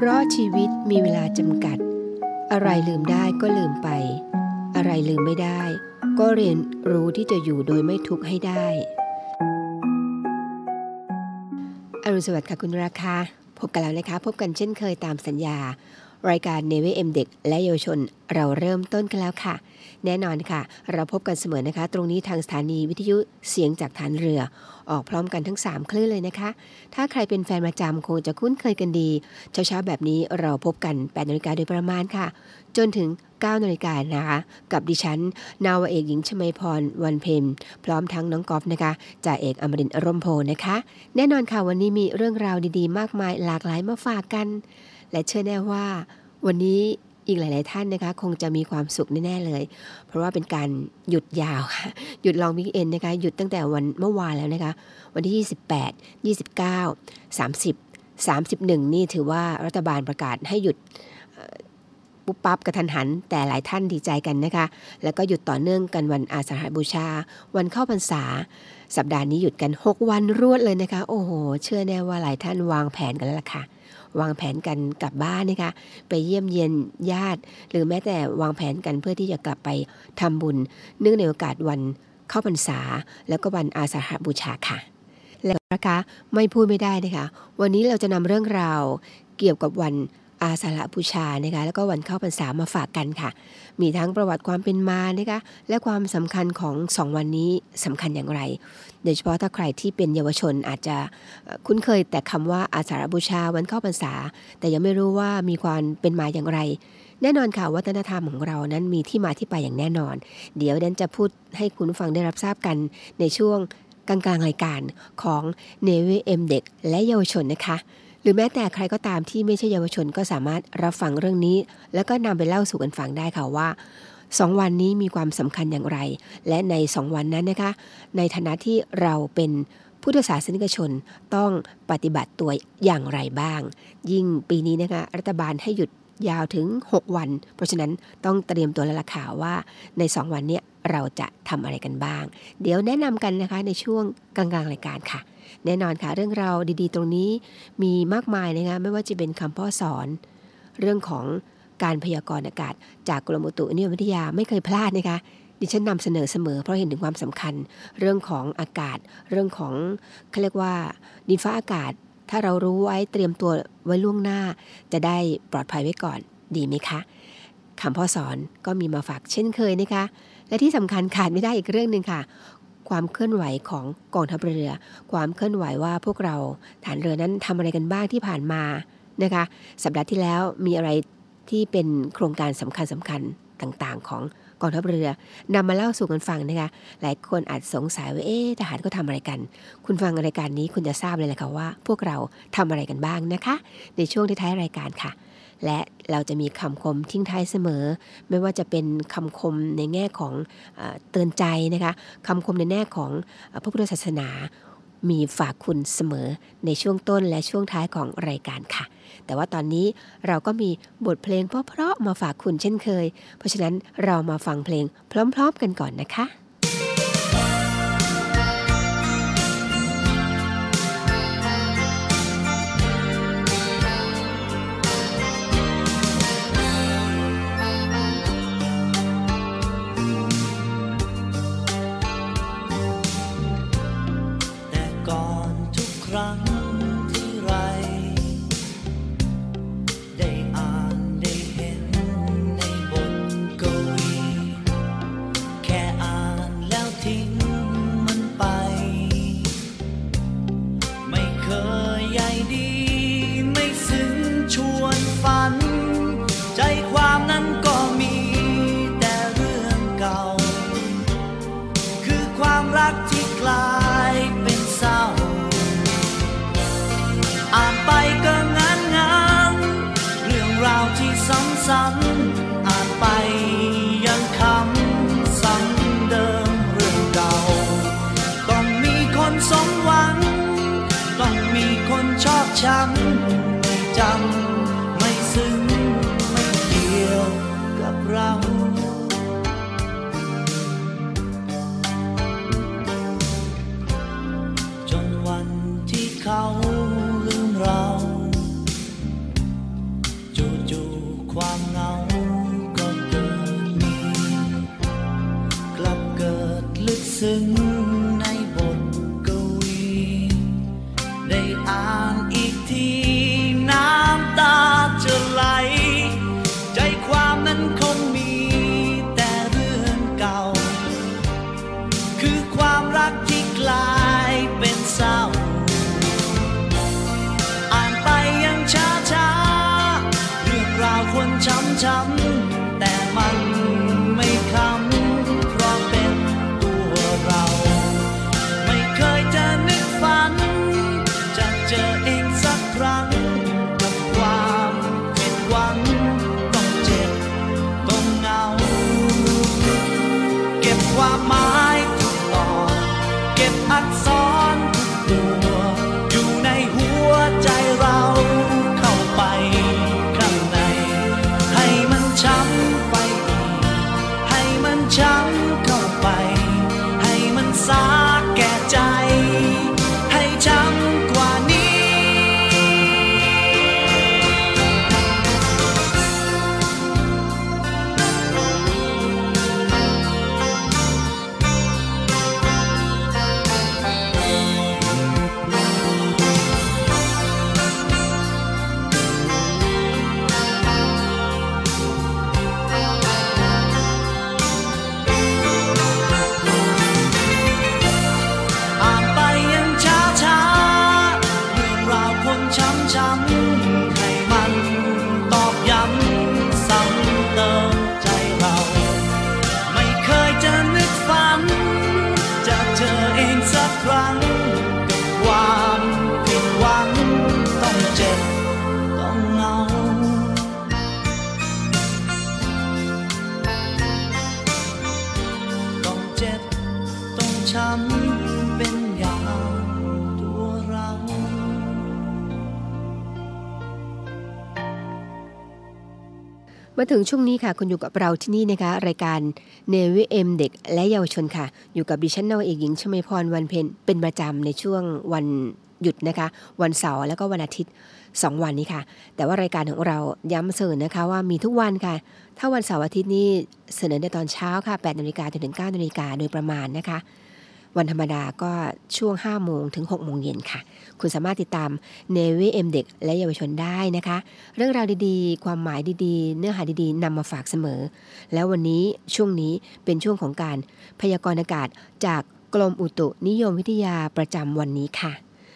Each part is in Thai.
เพราะชีวิตมีเวลาจำกัดอะไรลืมได้ก็ลืมไปอะไรลืมไม่ได้ก็เรียนรู้ที่จะอยู่โดยไม่ทุกข์ให้ได้อรุณสวัสดิ์ค่ะคุณราคาพบกันแล้วนะคะพบกันเช่นเคยตามสัญญารายการ NVM เด็กและเยาวชนเราเริ่มต้นกันแล้วค่ะแน่นอนค่ะเราพบกันเสมอนะคะตรงนี้ทางสถานีวิทยุเสียงจากฐานเรือออกพร้อมกันทั้ง3คลื่นเลยนะคะถ้าใครเป็นแฟนประจำคงจะคุ้นเคยกันดีเช้าๆแบบนี้เราพบกัน 8 นาฬิกาโดยประมาณค่ะจนถึง 9 นาฬิกานะคะกับดิฉันนาวาเอกหญิงชมัยพรวันเพ็ญพร้อมทั้งน้องกอล์ฟนะคะจ่าเอกอมรินทร์ร่มโพนะคะแน่นอนค่ะวันนี้มีเรื่องราวดีๆมากมายหลากหลายมาฝากกันและเชื่อแน่ว่าวันนี้อีกหลายๆท่านนะคะคงจะมีความสุขแน่ๆเลยเพราะว่าเป็นการหยุดยาวค่ะหยุดลองวีคเอนด์นะคะหยุดตั้งแต่วันเมื่อวานแล้วนะคะวันที่28 29 30 31นี่ถือว่ารัฐบาลประกาศให้หยุดปุ๊บปั๊บกระทันหันแต่หลายท่านดีใจกันนะคะแล้วก็หยุดต่อเนื่องกันวันอาสาฬหบูชาวันเข้าพรรษาสัปดาห์นี้หยุดกัน6วันรวดเลยนะคะโอ้โหเชื่อแน่ว่าหลายท่านวางแผนกันแล้วล่ะค่ะวางแผนกันกลับบ้านนะคะไปเยี่ยมเยียนญาติหรือแม้แต่วางแผนกันเพื่อที่จะกลับไปทำบุญเนื่องในโอกาสวันเข้าพรรษาแล้วก็วันอาสาฬหบูชาค่ะแล้วนะคะไม่พูดไม่ได้นะคะวันนี้เราจะนำเรื่องราวเกี่ยวกับวันอาสาฬหบูชานะคะแล้วก็วันเข้าพรรษามาฝากกันค่ะมีทั้งประวัติความเป็นมานะคะและความสำคัญของ2วันนี้สำคัญอย่างไรโดยเฉพาะถ้าใครที่เป็นเยาวชนอาจจะคุ้นเคยแต่คำว่าอาสาฬหบูชาวันเข้าพรรษาแต่ยังไม่รู้ว่ามีความเป็นมาอย่างไรแน่นอนค่ะวัฒนธรรมของเรานั้นมีที่มาที่ไปอย่างแน่นอนเดี๋ยวดันจะพูดให้คุณผู้ฟังได้รับทราบกันในช่วงกลางๆรายการของ NVM เด็กและเยาวชนนะคะหรือแม้แต่ใครก็ตามที่ไม่ใช่เยาวชนก็สามารถรับฟังเรื่องนี้แล้วก็นำไปเล่าสู่กันฟังได้ค่ะว่า2วันนี้มีความสำคัญอย่างไรและใน2วันนั้นนะคะในฐานะที่เราเป็นพุทธศาสนิกชนต้องปฏิบัติตัวอย่างไรบ้างยิ่งปีนี้นะคะรัฐบาลให้หยุดยาวถึง6วันเพราะฉะนั้นต้องเตรียมตัวแล้วล่ะค่ะว่าใน2วันนี้เราจะทำอะไรกันบ้างเดี๋ยวแนะนำกันนะคะในช่วงกลางๆรายการค่ะแน่นอนค่ะเรื่องราวดีๆตรงนี้มีมากมายนะคะไม่ว่าจะเป็นคำพ่อสอนเรื่องของการพยากรณ์อากาศจากกรมอุตุนิยมวิทยาไม่เคยพลาดนะคะดิฉันนำเสนอเสมอเพราะเห็นถึงความสำคัญเรื่องของอากาศเรื่องของเขาเรียกว่าดินฟ้าอากาศถ้าเรารู้ไว้เตรียมตัวไว้ล่วงหน้าจะได้ปลอดภัยไว้ก่อนดีไหมคะคำพ่อสอนก็มีมาฝากเช่นเคยนะคะและที่สำคัญขาดไม่ได้อีกเรื่องนึงค่ะความเคลื่อนไหวของกองทัพเรือความเคลื่อนไหวว่าพวกเราฐานเรือนั้นทำอะไรกันบ้างที่ผ่านมานะคะสัปดาห์ที่แล้วมีอะไรที่เป็นโครงการสำคัญต่างๆของกองทัพเรือนำมาเล่าสู่กันฟังนะคะหลายคนอาจสงสัยว่าทหารก็ทำอะไรกันคุณฟังรายการนี้คุณจะทราบเลยแหละค่ะว่าพวกเราทำอะไรกันบ้างนะคะในช่วงท้ายรายการค่ะและเราจะมีคำคมทิ้งท้ายเสมอไม่ว่าจะเป็นคำคมในแง่ของเตือนใจนะคะคำคมในแง่ของพระพุทธศาสนามีฝากคุณเสมอในช่วงต้นและช่วงท้ายของรายการค่ะแต่ว่าตอนนี้เราก็มีบทเพลงเพราะๆมาฝากคุณเช่นเคยเพราะฉะนั้นเรามาฟังเพลงพร้อมๆกันก่อนนะคะครั้งที่ไรได้อ่านได้เห็นในบทกวีแค่อ่านแล้วทิ้งมันไปไม่เคยใยดีไม่ซึ้งชวนฝันใจความนั้นก็มีแต่เรื่องเก่าคือความรักที่กลายเป็นเศร้าตัวอยู่ในหัวใจเราเข้าไปข้างในให้มันช้ำไปอีกให้มันช้ำเข้าไปให้มันสาแก่ใจให้ช้ำกว่านี้ช้ำให้มันตอกย้ำซ้ำเติมใจเราไม่เคยจะนึกฝันจะเจอเองสักครั้งกับความผิดหวังต้องเจ็บต้องเหงาต้องเจ็บต้องช้ำเป็นอย่างตัวเรามาถึงช่วงนี้ค่ะคุณอยู่กับเราที่นี่นะคะรายการ NVM เด็กและเยาวชนค่ะอยู่กับดิฉันนาวเอกหญิงชมาพรวันเพ็ญเป็นประจำในช่วงวันหยุดนะคะวันเสาร์แล้วก็วันอาทิตย์2วันนี้ค่ะแต่ว่ารายการของเราย้ำเสนอนะคะว่ามีทุกวันค่ะถ้าวันเสาร์อาทิตย์นี้เสนอในตอนเช้าค่ะ 8:00 นจนถึง 9:00 นโดยประมาณนะคะวันธรรมดาก็ช่วง 5 โมงถึง 6 โมงเย็นค่ะคุณสามารถติดตาม NVM เด็กและเยาวชนได้นะคะเรื่องราวดีๆความหมายดีๆเนื้อหาดีๆนำมาฝากเสมอแล้ววันนี้ช่วงนี้เป็นช่วงของการพยากรณ์อากาศจากกรมอุตุนิยมวิทยาประจำวันนี้ค่ะ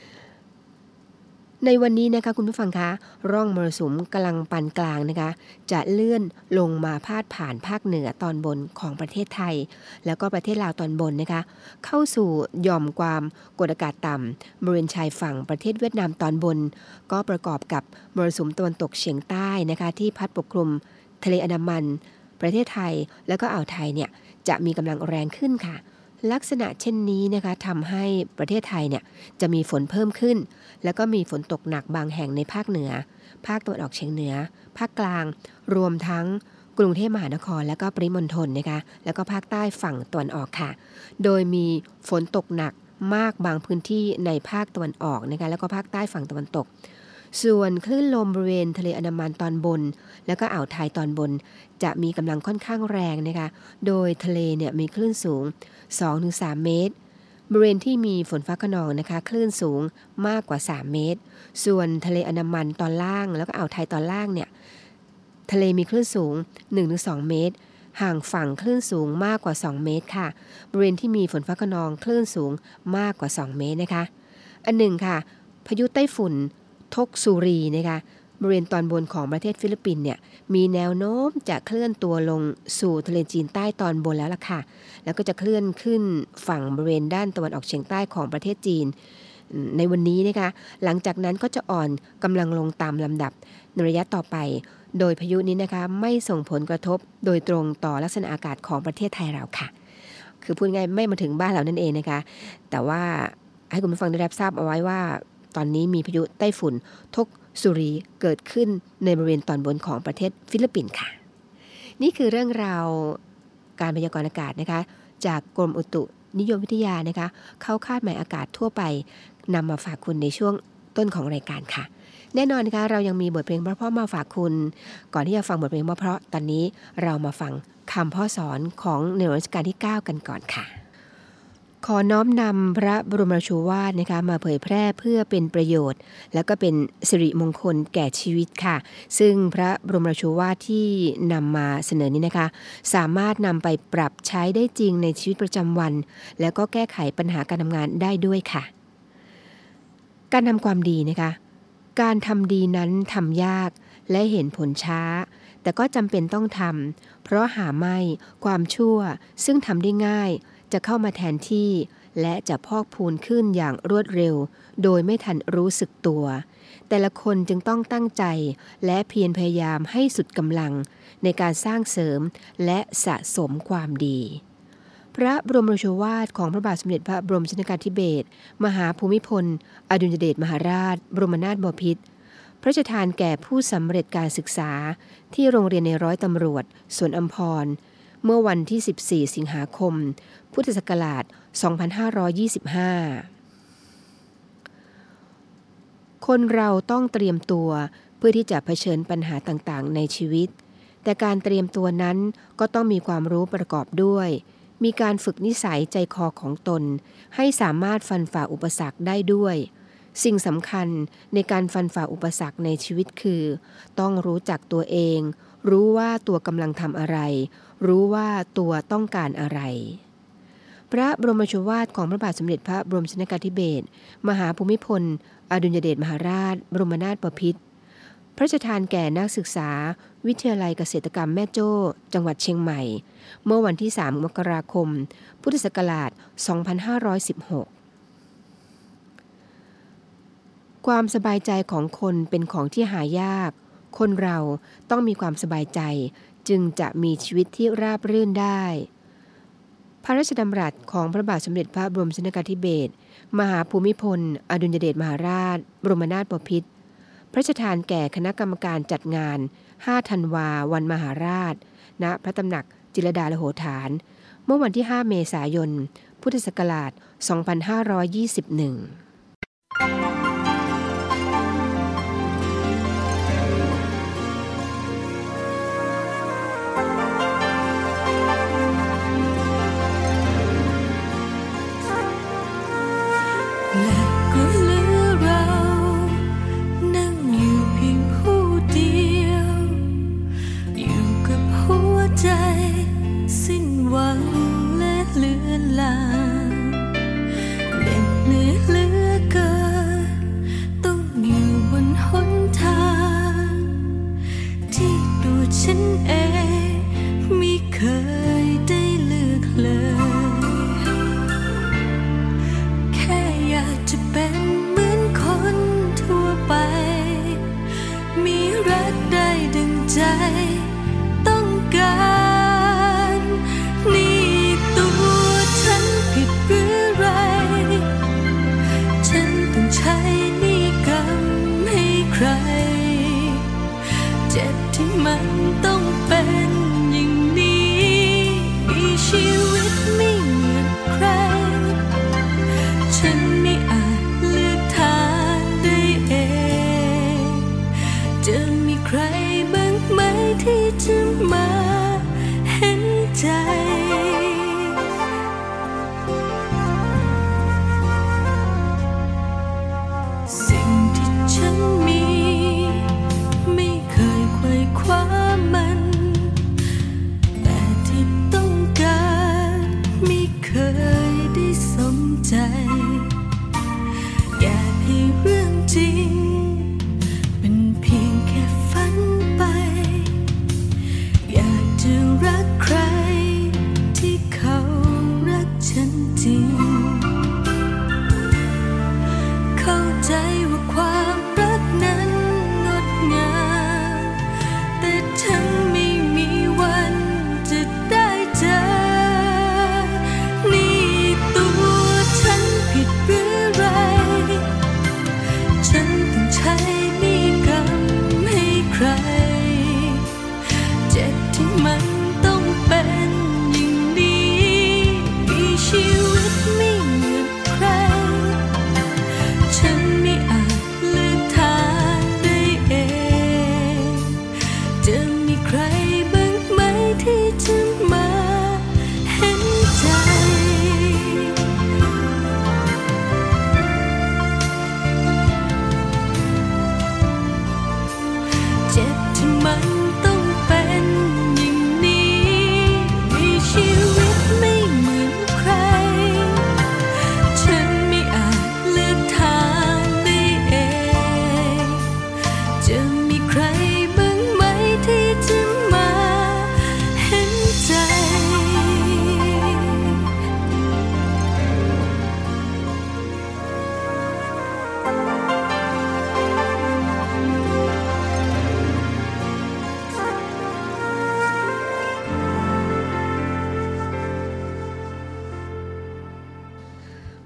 ในวันนี้นะคะคุณผู้ฟังคะร่องมรสุมกำลังปานกลางนะคะจะเลื่อนลงมาพาดผ่านภาคเหนือตอนบนของประเทศไทยแล้วก็ประเทศลาวตอนบนนะคะเข้าสู่หย่อมความกดอากาศต่ำบริเวณชายฝั่งประเทศเวียดนามตอนบนก็ประกอบกับมรสุมตะวันตกเฉียงใต้นะคะที่พัดปกคลุมทะเลอันดามันประเทศไทยแล้วก็อ่าวไทยเนี่ยจะมีกำลังแรงขึ้นค่ะลักษณะเช่นนี้นะคะทำให้ประเทศไทยเนี่ยจะมีฝนเพิ่มขึ้นแล้วก็มีฝนตกหนักบางแห่งในภาคเหนือภาคตะวันออกเฉียงเหนือภาคกลางรวมทั้งกรุงเทพมหานครและก็ปริมณฑลนะคะแล้วก็ภาคใต้ฝั่งตะวันออกค่ะโดยมีฝนตกหนักมากบางพื้นที่ในภาคตะวันออกนะคะแล้วก็ภาคใต้ฝั่งตะวันตกส่วนคลื่นลมบริเวณทะเลอันดามันตอนบนแล้วก็อ่าวไทยตอนบนจะมีกำลังค่อนข้างแรงนะคะโดยทะเลเนี่ยมีคลื่นสูง 2-3 เมตรบริเวณที่มีฝนฟ้าคะนองนะคะคลื่นสูงมากกว่า3เมตรส่วนทะเลอันดามันตอนล่างแล้วก็อ่าวไทยตอนล่างเนี่ยทะเลมีคลื่นสูง 1-2 เมตรห่างฝั่งคลื่นสูงมากกว่า2เมตรค่ะบริเวณที่มีฝนฟ้าคะนองคลื่นสูงมากกว่า2เมตรนะคะอันหนึ่งค่ะพายุไต้ฝุ่นทกซูรีนะคะบริเวณตอนบนของประเทศฟิลิปปินส์เนี่ยมีแนวโน้มจะเคลื่อนตัวลงสู่ทะเลจีนใต้ตอนบนแล้วล่ะค่ะแล้วก็จะเคลื่อนขึ้นฝั่งบริเวณด้านตะวันออกเฉียงใต้ของประเทศจีนในวันนี้นะคะหลังจากนั้นก็จะอ่อนกำลังลงตามลำดับในระยะต่อไปโดยพายุนี้นะคะไม่ส่งผลกระทบโดยตรงต่อลักษณะอากาศของประเทศไทยเราค่ะคือพูดง่ายไม่มาถึงบ้านเรานั่นเองนะคะแต่ว่าให้คุณผู้ฟังได้รับทราบเอาไว้ว่าตอนนี้มีพายุไต้ฝุ่นทกซูรีเกิดขึ้นในบริเวณตอนบนของประเทศฟิลิปปินส์ค่ะนี่คือเรื่องราวการพยากรณ์อากาศนะคะจากกรมอุตุนิยมวิทยานะคะเขาคาดหมายอากาศทั่วไปนำมาฝากคุณในช่วงต้นของรายการค่ะแน่นอนนะคะเรายังมีบทเพลงเพราะๆมาฝากคุณก่อนที่จะฟังบทเพลงเพราะๆตอนนี้เรามาฟังคำพ่อสอนของในรัชกาลที่ 9 กันก่อนค่ะขอน้อมนำพระบรมราโชวาทนะคะมาเผยแพร่เพื่อเป็นประโยชน์แล้วก็เป็นสิริมงคลแก่ชีวิตค่ะซึ่งพระบรมราโชวาทที่นำมาเสนอนี้นะคะสามารถนำไปปรับใช้ได้จริงในชีวิตประจำวันแล้วก็แก้ไขปัญหาการทำงานได้ด้วยค่ะการทำความดีนะคะการทำดีนั้นทำยากและเห็นผลช้าแต่ก็จำเป็นต้องทำเพราะหาไม่ความชั่วซึ่งทำได้ง่ายจะเข้ามาแทนที่และจะพอกพูนขึ้นอย่างรวดเร็วโดยไม่ทันรู้สึกตัวแต่ละคนจึงต้องตั้งใจและเพียรพยายามให้สุดกำลังในการสร้างเสริมและสะสมความดีพระบรมโชวาทของพระบาทสมเด็จพระบรมชนกาธิเบศรมหาภูมิพลอดุลยเดชมหาราชบรมนาถบพิตรพระราชทานแก่ผู้สำเร็จการศึกษาที่โรงเรียนในร้อยตำรวจสวนอัมพรเมื่อวันที่ 14 สิงหาคม พุทธศักราช 2525 คนเราต้องเตรียมตัวเพื่อที่จะเผชิญปัญหาต่างๆในชีวิตแต่การเตรียมตัวนั้นก็ต้องมีความรู้ประกอบด้วยมีการฝึกนิสัยใจคอของตนให้สามารถฟันฝ่าอุปสรรคได้ด้วยสิ่งสำคัญในการฟันฝ่าอุปสรรคในชีวิตคือต้องรู้จักตัวเองรู้ว่าตัวกำลังทำอะไรรู้ว่าตัวต้องการอะไรพระบรมโชวาทของพระบาทสมเด็จพระบรมชนกาธิเบศรมหาภูมิพลอดุลยเดชมหาราชบรมนาถบพิตรพระราชทานแก่นักศึกษาวิทยาลัยเกษตรกรรมแม่โจ้จังหวัดเชียงใหม่เมื่อวันที่ 3 มกราคม พุทธศักราช 2516 ความสบายใจของคนเป็นของที่หายากคนเราต้องมีความสบายใจจึงจะมีชีวิตที่ราบรื่นได้พระราชดำรัสของพระบาทสมเด็จพระบรมชนกาธิเบศรมหาภูมิพลอดุลยเดชมหาราชบรมนาถบพิตรพระราชทานแก่คณะกรรมการจัดงาน 5 ธันวาวันมหาราชณพระตำหนักจิรดาลโหฐานเมื่อวันที่ 5 เมษายน พุทธศักราช 2521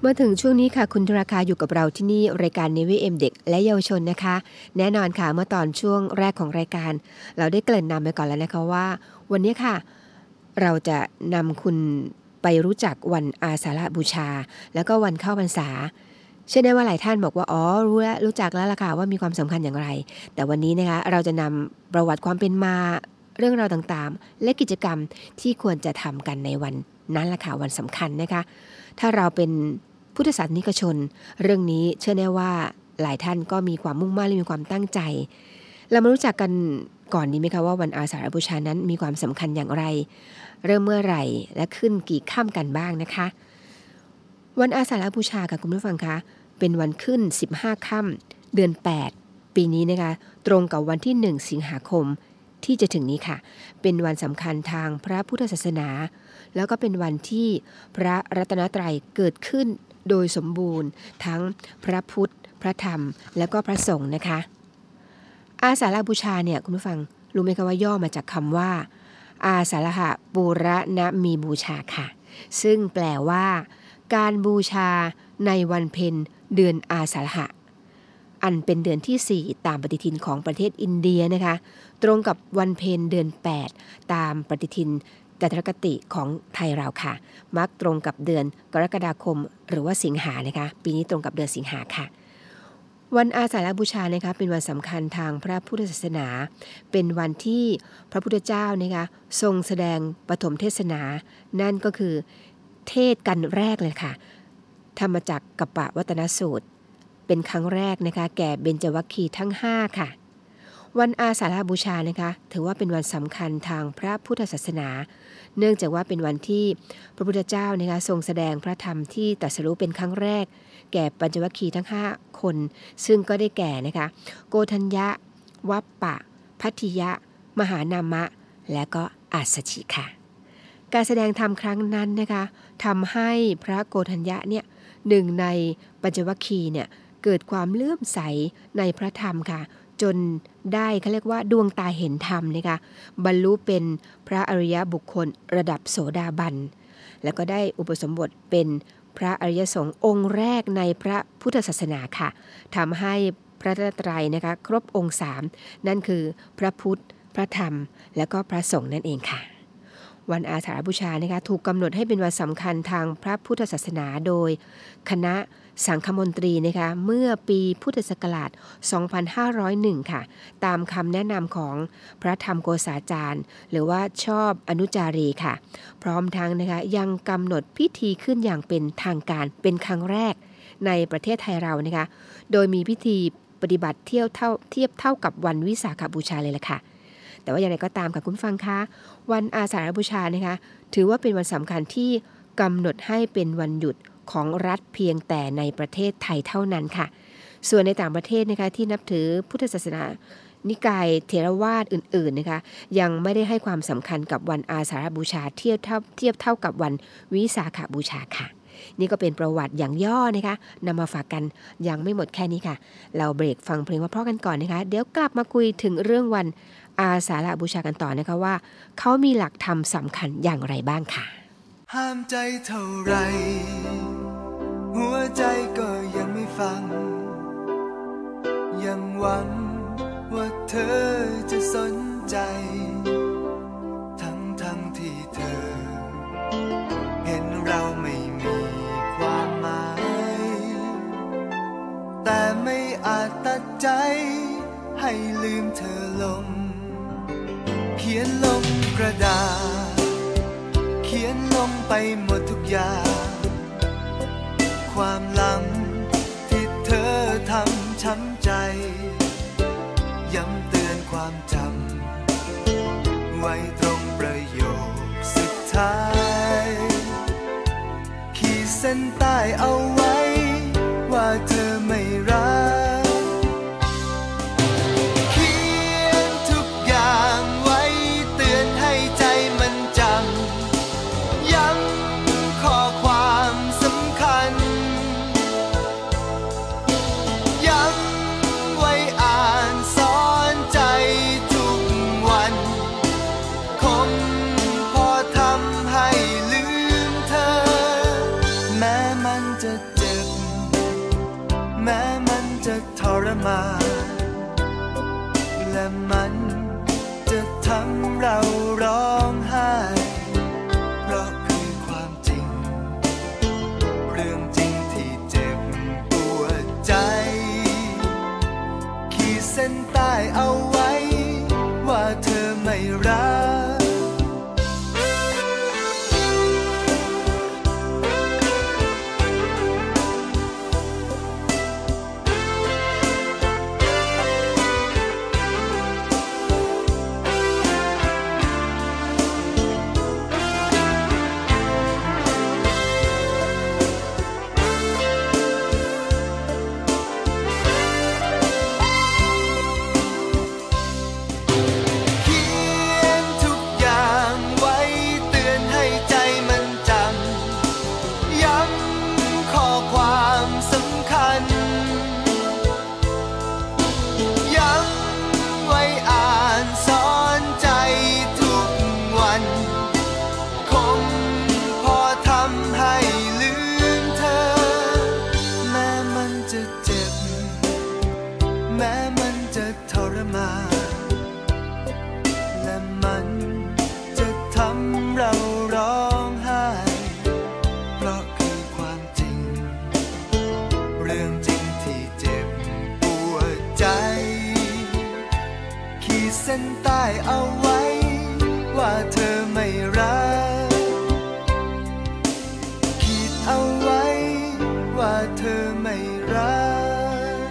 มาถึงช่วงนี้ค่ะคุณธราคาอยู่กับเราที่นี่รายการ NVM เด็กและเยาวชนนะคะแน่นอนค่ะเมื่อตอนช่วงแรกของรายการเราได้เกริ่นนำไปก่อนแล้วนะคะว่าวันนี้ค่ะเราจะนำคุณไปรู้จักวันอาสาฬหบูชาแล้วก็วันเข้าพรรษาเชื่อได้ว่าหลายท่านบอกว่าอ๋อรู้จักแล้วล่ะค่ะว่ามีความสำคัญอย่างไรแต่วันนี้นะคะเราจะนำประวัติความเป็นมาเรื่องราวต่างๆและกิจกรรมที่ควรจะทำกันในวันนั้นล่ะค่ะวันสำคัญนะคะถ้าเราเป็นพุทธศาสนิกชนเรื่องนี้เชื่อแน่ว่าหลายท่านก็มีความมุ่งมั่นและมีความตั้งใจเรามารู้จักกันก่อนดีไหมคะว่าวันอาสาฬหบูชานั้นมีความสำคัญอย่างไรเริ่มเมื่อไหร่และขึ้นกี่ค่ำกันบ้างนะคะวันอาสาฬหบูชาค่ะคุณผู้ฟังคะเป็นวันขึ้น15ค่ำเดือน8ปีนี้นะคะตรงกับวันที่1สิงหาคมที่จะถึงนี้ค่ะเป็นวันสำคัญทางพระพุทธศาสนาแล้วก็เป็นวันที่พระรัตนตรัยเกิดขึ้นโดยสมบูรณ์ทั้งพระพุทธพระธรรมและก็พระสงฆ์นะคะอาสาฬหบูชาเนี่ยคุณผู้ฟังรู้ไหมคะว่าย่อมาจากคำว่าอาสาฬหบูรณมีบูชาค่ะซึ่งแปลว่าการบูชาในวันเพ็ญเดือนอาสาฬหะอันเป็นเดือนที่4ตามปฏิทินของประเทศอินเดียนะคะตรงกับวันเพ็ญเดือน8ตามปฏิทินจันทรคติของไทยเราค่ะมักตรงกับเดือนกรกฎาคมหรือว่าสิงหานะคะปีนี้ตรงกับเดือนสิงหาค่ะวันอาสาฬหบูชานะคะเป็นวันสำคัญทางพระพุทธศาสนาเป็นวันที่พระพุทธเจ้านะคะทรงแสดงปฐมเทศนานั่นก็คือเทศกันแรกเลยค่ะธรรมจักรกัปปวัตนสูตรเป็นครั้งแรกนะคะแก่เบญจวัคคีย์ทั้ง5ค่ะวันอาสาฬหบูชานะคะถือว่าเป็นวันสำคัญทางพระพุทธศาสนาเนื่องจากว่าเป็นวันที่พระพุทธเจ้านะคะทรงแสดงพระธรรมที่ตรัสรู้เป็นครั้งแรกแก่ปัญจวัคคีย์ทั้ง5คนซึ่งก็ได้แก่นะคะโกทัญญะวัปปะพัทธิยะมหานามะและก็อัสสชิค่ะการแสดงธรรมครั้งนั้นนะคะทำให้พระโกทัญญะเนี่ยหนึ่งในปัญจวัคคีย์เนี่ยเกิดความเลื่อมใสในพระธรรมค่ะจนได้เขาเรียกว่าดวงตาเห็นธรรมนะคะบรรลุเป็นพระอริยบุคคลระดับโสดาบันแล้วก็ได้อุปสมบทเป็นพระอริยสงฆ์องค์แรกในพระพุทธศาสนาค่ะทำให้พระรัตนตรัยนะคะครบองค์3นั่นคือพระพุทธพระธรรมและก็พระสงฆ์นั่นเองค่ะวันอาสาฬหบูชานะคะถูกกำหนดให้เป็นวันสำคัญทางพระพุทธศาสนาโดยคณะสังฆมนตรีนะคะเมื่อปีพุทธศักราช 2501 ค่ะตามคำแนะนำของพระธรรมโกษาจารย์หรือว่าชอบอนุจารีค่ะพร้อมทั้งนะคะยังกำหนดพิธีขึ้นอย่างเป็นทางการเป็นครั้งแรกในประเทศไทยเรานะคะโดยมีพิธีปฏิบัติเทียบเท่ากับวันวิสาขบูชาเลยล่ะค่ะแต่ว่าอย่างไรก็ตามค่ะคุณฟังคะวันอาสาฬหบูชานะคะถือว่าเป็นวันสำคัญที่กำหนดให้เป็นวันหยุดของรัฐเพียงแต่ในประเทศไทยเท่านั้นค่ะส่วนในต่างประเทศนะคะที่นับถือพุทธศาสนานิกายเถรวาทอื่นๆนะคะยังไม่ได้ให้ความสำคัญกับวันอาสาฬหบูชาเทียบเท่ากับวันวิสาขบูชาค่ะนี่ก็เป็นประวัติอย่างย่อนะคะนำมาฝากกันยังไม่หมดแค่นี้ค่ะเราเบรกฟังเพลงเพราะๆกันก่อนนะคะเดี๋ยวกลับมาคุยถึงเรื่องวันอาสาฬหบูชากันต่อนะคะว่าเขามีหลักธรรมสำคัญอย่างไรบ้างค่ะห้ามใจเท่าไรหัวใจก็ยังไม่ฟังยังหวังว่าเธอจะสนใจทั้งที่เธอเห็นเราไม่มีความหมายแต่ไม่อาจตัดใจให้ลืมเธอลงเขียนลงกระดาษเขียนลงไปหมดทุกอย่างความลังที่เธอทำช้ำใจย้ำเตือนความจำไว้ตรงประโยคสุดท้ายขีดเส้นใต้เอาไว้ว่าเธอไม่รักเขียนทุกอย่างไว้เตือนให้ใจมันจำย้ำข้อความสำคัญย้ำไว้อ่านสอนใจทุกวันคงพอทำให้ลืมเธอแม้มันจะม้มันจะทรมานและมันจะทำเราร้องไห้เพราะคือความจริงเรื่องจริงที่เจ็บปวดใจขีดเส้นใต้เอาไว้ว่าเธอไม่รักเส้นใต้เอาไว้ว่าเธอไม่รักขีดเอาไว้ว่าเธอไม่รัก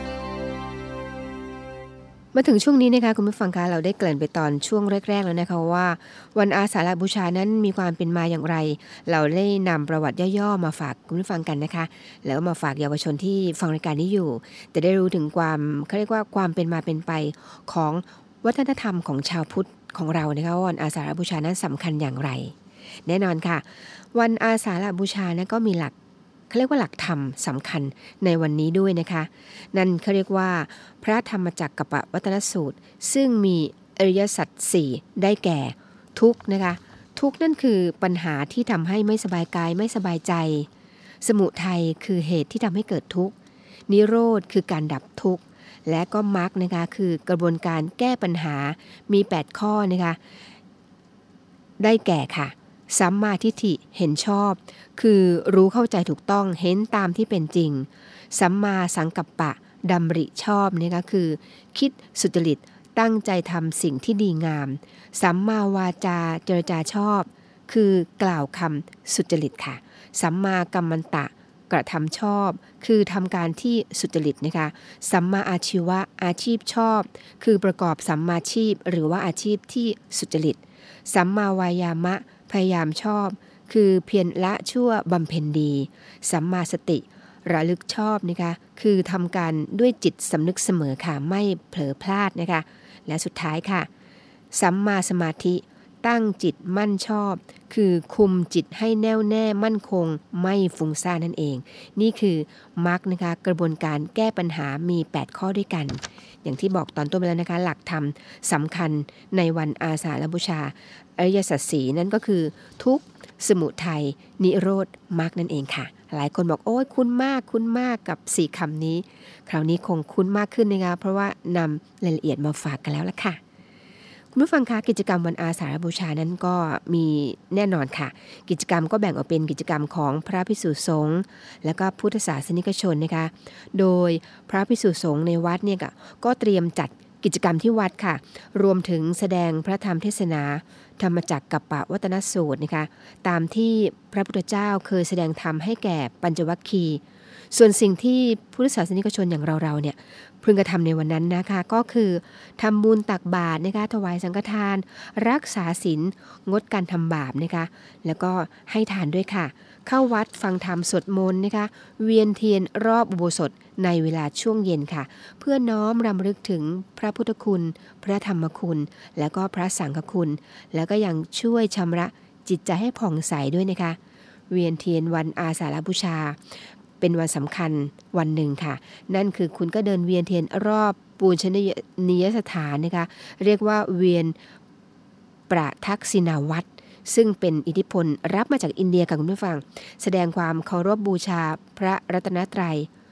มาถึงช่วงนี้นะคะคุณผู้ฟังคะเราได้เกริ่นไปตอนช่วงแรกๆแล้วนะคะว่าวันอาสาฬหบูชานั้นมีความเป็นมาอย่างไรเราได้นำประวัติย่อๆมาฝากคุณผู้ฟังกันนะคะแล้วก็มาฝากเยาวชนที่ฟังรายการนี้อยู่จะได้รู้ถึงความเขาเรียกว่าความเป็นมาเป็นไปของวัฒนธรรมของชาวพุทธของเรานะคะวันอาสาฬบูชานั้นสำคัญอย่างไรแน่นอนค่ะวันอาสาฬบูชานะก็มีหลักเขาเรียกว่าหลักธรรมสำคัญในวันนี้ด้วยนะคะนั่นเขาเรียกว่าพระธรรมจักรกัปปวัตนสูตรซึ่งมีอริยสัจ4ได้แก่ทุกข์นะคะทุกข์นั่นคือปัญหาที่ทำให้ไม่สบายกายไม่สบายใจสมุทัยคือเหตุที่ทำให้เกิดทุกข์นิโรธคือการดับทุกข์และก็มรรคนะคะคือกระบวนการแก้ปัญหามี8ข้อนะคะได้แก่ค่ะสัมมาทิฏฐิเห็นชอบคือรู้เข้าใจถูกต้องเห็นตามที่เป็นจริงสัมมาสังกัปปะดำริชอบนะคะคือคิดสุจริตตั้งใจทำสิ่งที่ดีงามสัมมาวาจาเจรจาชอบคือกล่าวคำสุจริตค่ะสัมมากัมมันตะกระทำชอบคือทำการที่สุจริตนะคะสัมมาอาชีวะอาชีพชอบคือประกอบสัมมาชีพหรือว่าอาชีพที่สุจริตสัมมาวายามะพยายามชอบคือเพียรละชั่วบำเพ็ญดีสัมมาสติระลึกชอบนะคะคือทำการด้วยจิตสำนึกเสมอค่ะไม่เผลอพลาดนะคะและสุดท้ายค่ะสัมมาสมาธิตั้งจิตมั่นชอบคือคุมจิตให้แน่วแน่มั่นคงไม่ฟุ้งซ่านนั่นเองนี่คือมรรคนะคะกระบวนการแก้ปัญหามี8ข้อด้วยกันอย่างที่บอกตอนต้นไปแล้วนะคะหลักธรรมสำคัญในวันอาสาฬบูชาอริยสัจสี่นั่นก็คือทุกข์สมุทัยนิโรธมรรคนั่นเองค่ะหลายคนบอกโอ้ยคุ้นมากกับ4คำนี้คราวนี้คงคุ้นมากขึ้นนะคะเพราะว่านำรายละเอียดมาฝากกันแล้วล่ะค่ะคุณผู้ฟังคะกิจกรรมวันอาสาฬบูชานั้นก็มีแน่นอนค่ะกิจกรรมก็แบ่งออกเป็นกิจกรรมของพระภิกษุสงฆ์และก็พุทธศาสนิกชนนะคะโดยพระภิกษุสงฆ์ในวัดเนี่ยก็เตรียมจัดกิจกรรมที่วัดค่ะรวมถึงแสดงพระธรรมเทศนาธรรมจักรกัปปวัตนสูตรนะคะตามที่พระพุทธเจ้าเคยแสดงธรรมให้แก่ปัญจวัคคีย์ส่วนสิ่งที่พุทธศาสนิกชนอย่างเราเนี่ยพึงกระทำในวันนั้นนะคะก็คือทำบุญตักบาตรนะคะถวายสังฆทานรักษาศีลงดการทำบาปนะคะแล้วก็ให้ทานด้วยค่ะเข้าวัดฟังธรรมสวดมนต์นะคะเวียนเทียนรอบอุโบสถในเวลาช่วงเย็นค่ะเพื่อน้อมรำลึกถึงพระพุทธคุณพระธรรมคุณแล้วก็พระสังฆคุณแล้วก็ยังช่วยชำระจิตใจให้ผ่องใสด้วยนะคะเวียนเทียนวันอาสาฬบูชาเป็นวันสำคัญวันหนึ่งค่ะนั่นคือคุณก็เดินเวียนเทียนรอบปูชนียสถานนะคะเรียกว่าเวียนประทักษิณาวัตรซึ่งเป็นอิทธิพลรับมาจากอินเดียค่ะคุณผู้ฟังแสดงความเคารพบูชาพระรัตนตรัย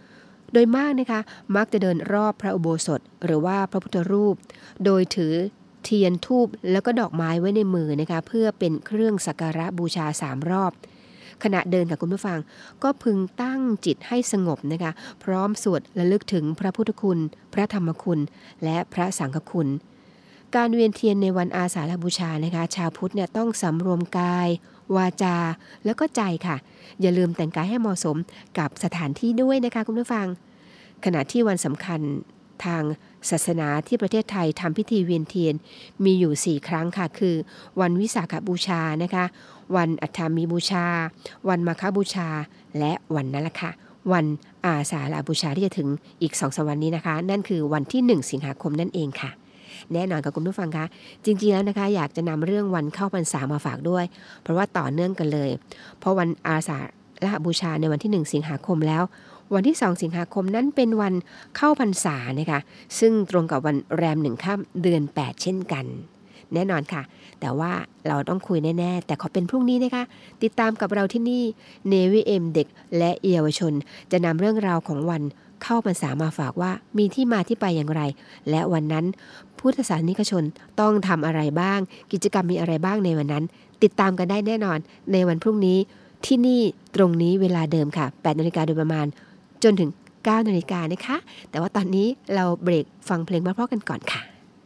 โดยมากนะคะมักจะเดินรอบพระอุโบสถหรือว่าพระพุทธรูปโดยถือเทียนธูปแล้วก็ดอกไม้ไว้ในมือนะคะเพื่อเป็นเครื่องสักการะบูชา3 รอบขณะเดินค่ะคุณผู้ฟังก็พึงตั้งจิตให้สงบนะคะพร้อมสวดระลึกถึงพระพุทธคุณพระธรรมคุณและพระสังฆคุณการเวียนเทียนในวันอาสาฬหบูชานะคะชาวพุทธเนี่ยต้องสำรวมกายวาจาแล้วก็ใจค่ะอย่าลืมแต่งกายให้เหมาะสมกับสถานที่ด้วยนะคะคุณผู้ฟังขณะที่วันสำคัญทางศาสนาที่ประเทศไทยทำพิธีเวียนเทียนมีอยู่4 ครั้งค่ะคือวันวิสาขบูชานะคะวันอัฐามีบูชาวันมาฆบูชาและวันนั้นแหละค่ะวันอาสาฬหบูชาที่จะถึงอีก 2-3 วันนี้นะคะนั่นคือวันที่1 สิงหาคมนั่นเองค่ะแน่นอนกับคุณผู้ฟังคะจริงๆแล้วนะคะอยากจะนำเรื่องวันเข้าพรรษามาฝากด้วยเพราะว่าต่อเนื่องกันเลยเพราะวันอาสาฬหบูชาในวันที่1 สิงหาคมแล้ววันที่2 สิงหาคมนั้นเป็นวันเข้าพรรษานะคะซึ่งตรงกับวันแรม1 ค่ำเดือน8เช่นกันแน่นอนค่ะแต่ว่าเราต้องคุยแน่ๆแต่ขอเป็นพรุ่งนี้นะคะติดตามกับเราที่นี่ Navy AM เด็กและเยาวชนจะนำเรื่องราวของวันเข้าพรรษามาฝากว่ามีที่มาที่ไปอย่างไรและวันนั้นพุทธศาสนิกชนต้องทำอะไรบ้างกิจกรรมมีอะไรบ้างในวันนั้นติดตามกันได้แน่นอนในวันพรุ่งนี้ที่นี่ตรงนี้เวลาเดิมค่ะ 8 นาฬิกาโดยประมาณจนถึง 9 นาฬิกานะคะแต่ว่าตอนนี้เราเบรกฟังเพลงเพราะๆกันก่อนค่ะ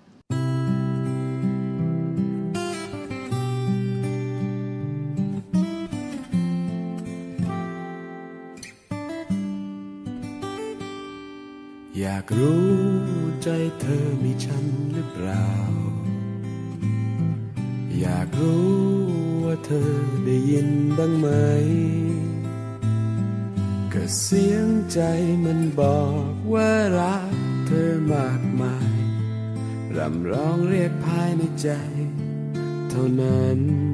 อยากรู้ใจเธอมีฉันหรือเปล่าอยากรู้ว่าเธอได้ยินบ้างไหมก็เสียงใจมันบอกว่ารักเธอมากมายรำร้องเรียกภายในใจเท่านั้น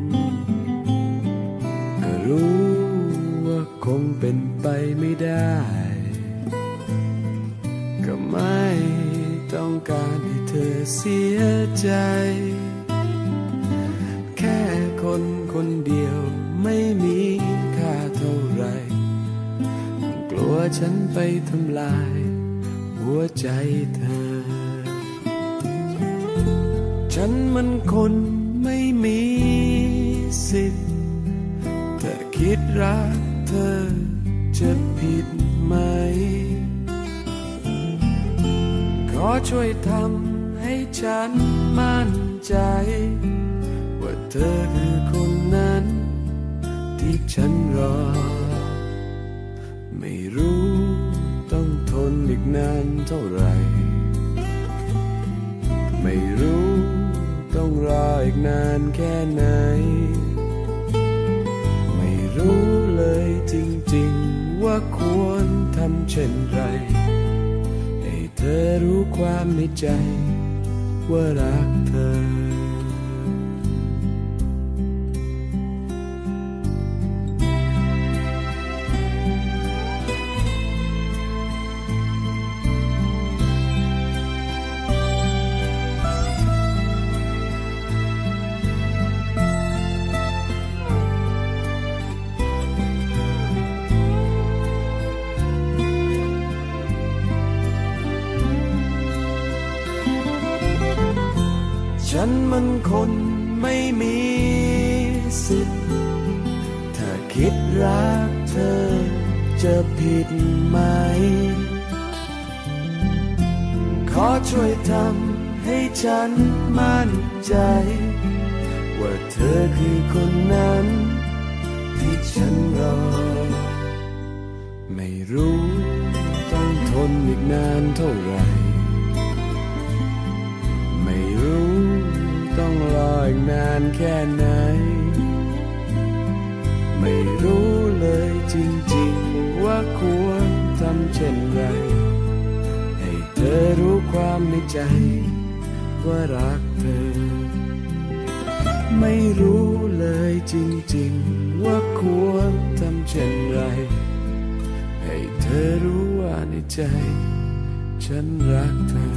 ก็รู้ว่าคงเป็นไปไม่ได้ก็ไม่ต้องการให้เธอเสียใจแค่คนคนเดียวไม่มีค่าเท่าไรกลัวฉันไปทำลายหัวใจเธอฉันมันคนไม่มีสิทธิ์ถ้าคิดรักเธอจะผิดไหมขอช่วยทำให้ฉันมั่นใจว่าเธอคือคนนั้นที่ฉันรอไม่รู้ต้องทนอีกนานเท่าไหร่ไม่รู้ต้องรออีกนานแค่ไหนไม่รู้เลยจริงๆว่าควรทำเช่นไรเธอรู้ความในใจว่ารักเธอฉันมันคนไม่มีสิทธิ์ถ้าคิดรักเธอจะผิดไหมขอช่วยทำให้ฉันมั่นใจว่าเธอคือคนนั้นที่ฉันรอไม่รู้ต้องทนอีกนานเท่าไหร่ไม่รู้ต้องรออีกนานแค่ไหนไม่รู้เลยจริงๆว่าควรทำเช่นไรให้เธอรู้ความในใจว่ารักเธอไม่รู้เลยจริงๆว่าควรทำเช่นไรให้เธอรู้ว่าในใจฉันรักเธอ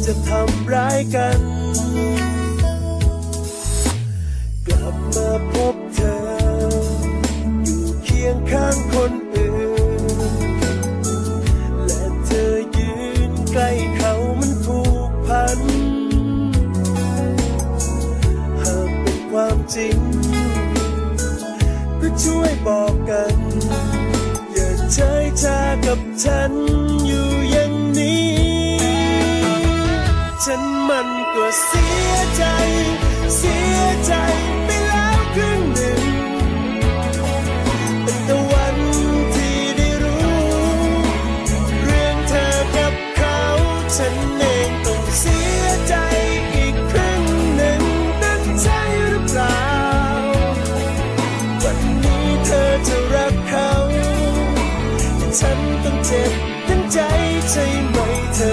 จะทำร้ายกันกลับมาพบเธออยู่เคียงข้างคนอื่นและเธอยืนใกล้เขามันผูกพันหากเป็นความจริงก็ช่วยบอกกันอย่าเฉยชากับฉันอยู่อย่างนี้ฉันมันก็เสียใจไปแล้วครึ่งหนึ่งตั้งแต่วันที่ได้รู้เรื่องเธอกับเขาฉันเองต้องเสียใจอีกครึ่งหนึ่งนั่นใช่หรือเปล่าวันนี้เธอจะรักเขาฉันต้องเจ็บทั้งใจใช่ไหมเธอ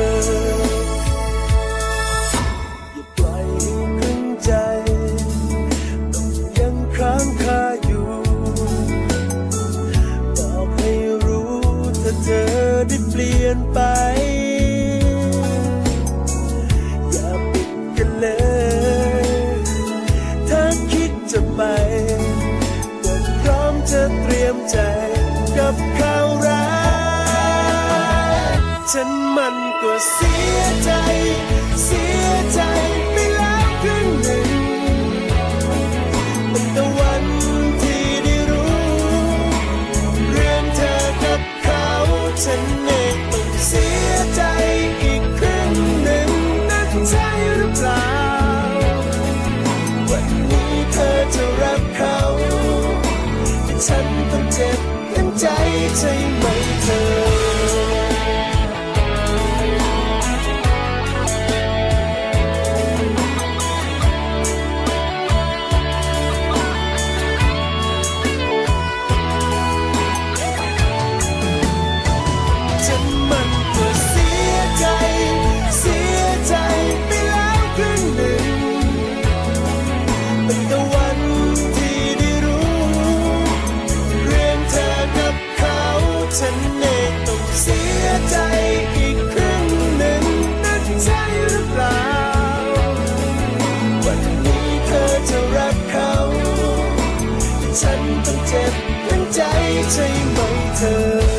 อย่าปล่อยให้ครึ่งใจต้องยังค้างคาอยู่บอกให้รู้ถ้าเธอได้เปลี่ยนไปอย่าปิดกันเลยถ้าคิดจะไปก็พร้อมจะเตรียมใจกับข่าวร้ายฉันมันก็เสียใจไปแล้วครึ่งหนึ่งตั้งแต่วันที่ได้รู้เรื่องเธอกับเขาฉันเองต้องเสียใจอีกครึ่งหนึ่งนั่นใช่หรือเปล่าวันนี้เธอจะรักเขาฉันต้องเจ็บทั้งใจใช่ไหมเธอฉันมันก็เสียใจไปแล้วครึ่งหนึ่งตั้งแต่วันที่ได้รู้เรื่องเธอกับเขาฉันเองต้องเสียใจอีกครึ่งหนึ่งนั่นใช่หรือเปล่าวันนี้เธอจะรักเขาฉันต้องเจ็บทั้งใจใช่ไหมเธอ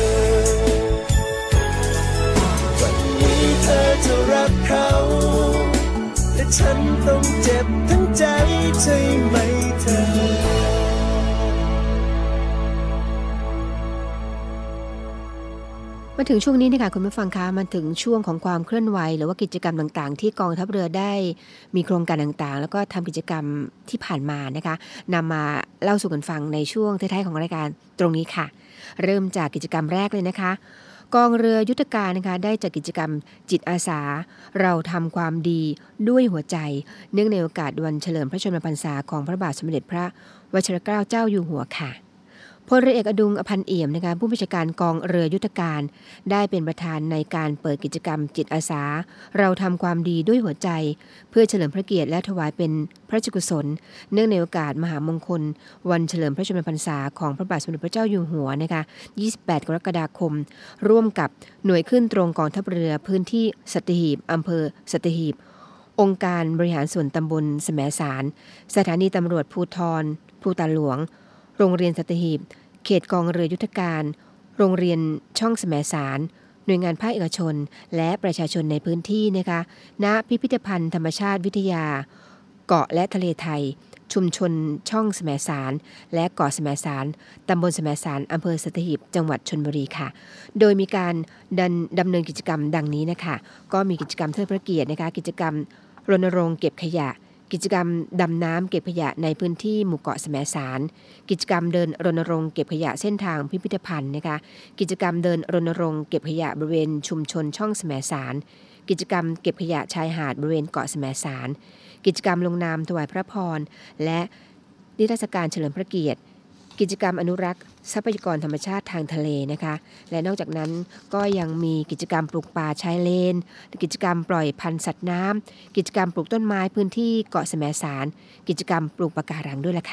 วันนี้เธอจะรักเขาและฉันต้องเจ็บทั้งใจใช่ไหมเธอมาถึงช่วงนี้นะคะคุณผู้ฟังคะมาถึงช่วงของความเคลื่อนไหวหรือว่ากิจกรรมต่างๆที่กองทัพเรือได้มีโครงการต่างๆแล้วก็ทำกิจกรรมที่ผ่านมานะคะนำมาเล่าสู่กันฟังในช่วงท้ายๆของรายการตรงนี้ค่ะเริ่มจากกิจกรรมแรกเลยนะคะกองเรือยุทธการนะคะได้จัดกิจกรรมจิตอาสาเราทำความดีด้วยหัวใจเนื่องในโอกาสวันเฉลิมพระชนมพรรษาของพระบาทสมเด็จพระวชิรเกล้าเจ้าอยู่หัวค่ะพลเรือเอกอดุงอภันเอี่ยมนะคะผู้บัญชาการกองเรือยุทธการได้เป็นประธานในการเปิดกิจกรรมจิตอาสาเราทำความดีด้วยหัวใจเพื่อเฉลิมพระเกียรติและถวายเป็นพระราชกุศลเนื่องในโอกาสมหามงคลวันเฉลิมพระชนมพรรษาของพระบาทสมเด็จพระเจ้าอยู่หัวนะคะ28 กรกฎาคมร่วมกับหน่วยขึ้นตรงกองทัพเรือพื้นที่สัตหีบอำเภอสัตหีบองค์การบริหารส่วนตำบลแสมสารสถานีตำรวจภูธรภูตาหลวงโรงเรียนสัตหีบเขตกองเรือยุทธการโรงเรียนช่องแสมสารหน่วยงานภาคเอกชนและประชาชนในพื้นที่นะคะณพิพิธภัณฑ์ธรรมชาติวิทยาเกาะและทะเลไทยชุมชนช่องแสมสารและเกาะแสมสารตำบลแสมสารอำเภอสัตหีบจังหวัดชลบุรีค่ะโดยมีการดำเนินกิจกรรมดังนี้นะคะก็มีกิจกรรมเทิดพระเกียรตินะคะกิจกรรมรณรงค์เก็บขยะกิจกรรมดำน้ำเก็บขยะในพื้นที่หมู่เกาะแสมสารกิจกรรมเดินรณรงค์เก็บขยะเส้นทางพิพิธภัณฑ์นะคะกิจกรรมเดินรณรงค์เก็บขยะบริเวณชุมชนช่องแสมสารกิจกรรมเก็บขยะชายหาดบริเวณเกาะแสมสารกิจกรรมลงนามถวายพระพรและนิทรรศการเฉลิมพระเกียรติกิจกรรมอนุรักษ์ทรัพยากรธรรมชาติทางทะเลนะคะและนอกจากนั้นก็ยังมีกิจกรรมปลูกป่าชายเลนกิจกรรมปล่อยพันธุ์สัตว์น้ำกิจกรรมปลูกต้นไม้พื้นที่เกาะแสมสารกิจกรรมปลูกปะการังด้วยล่ะค่ะ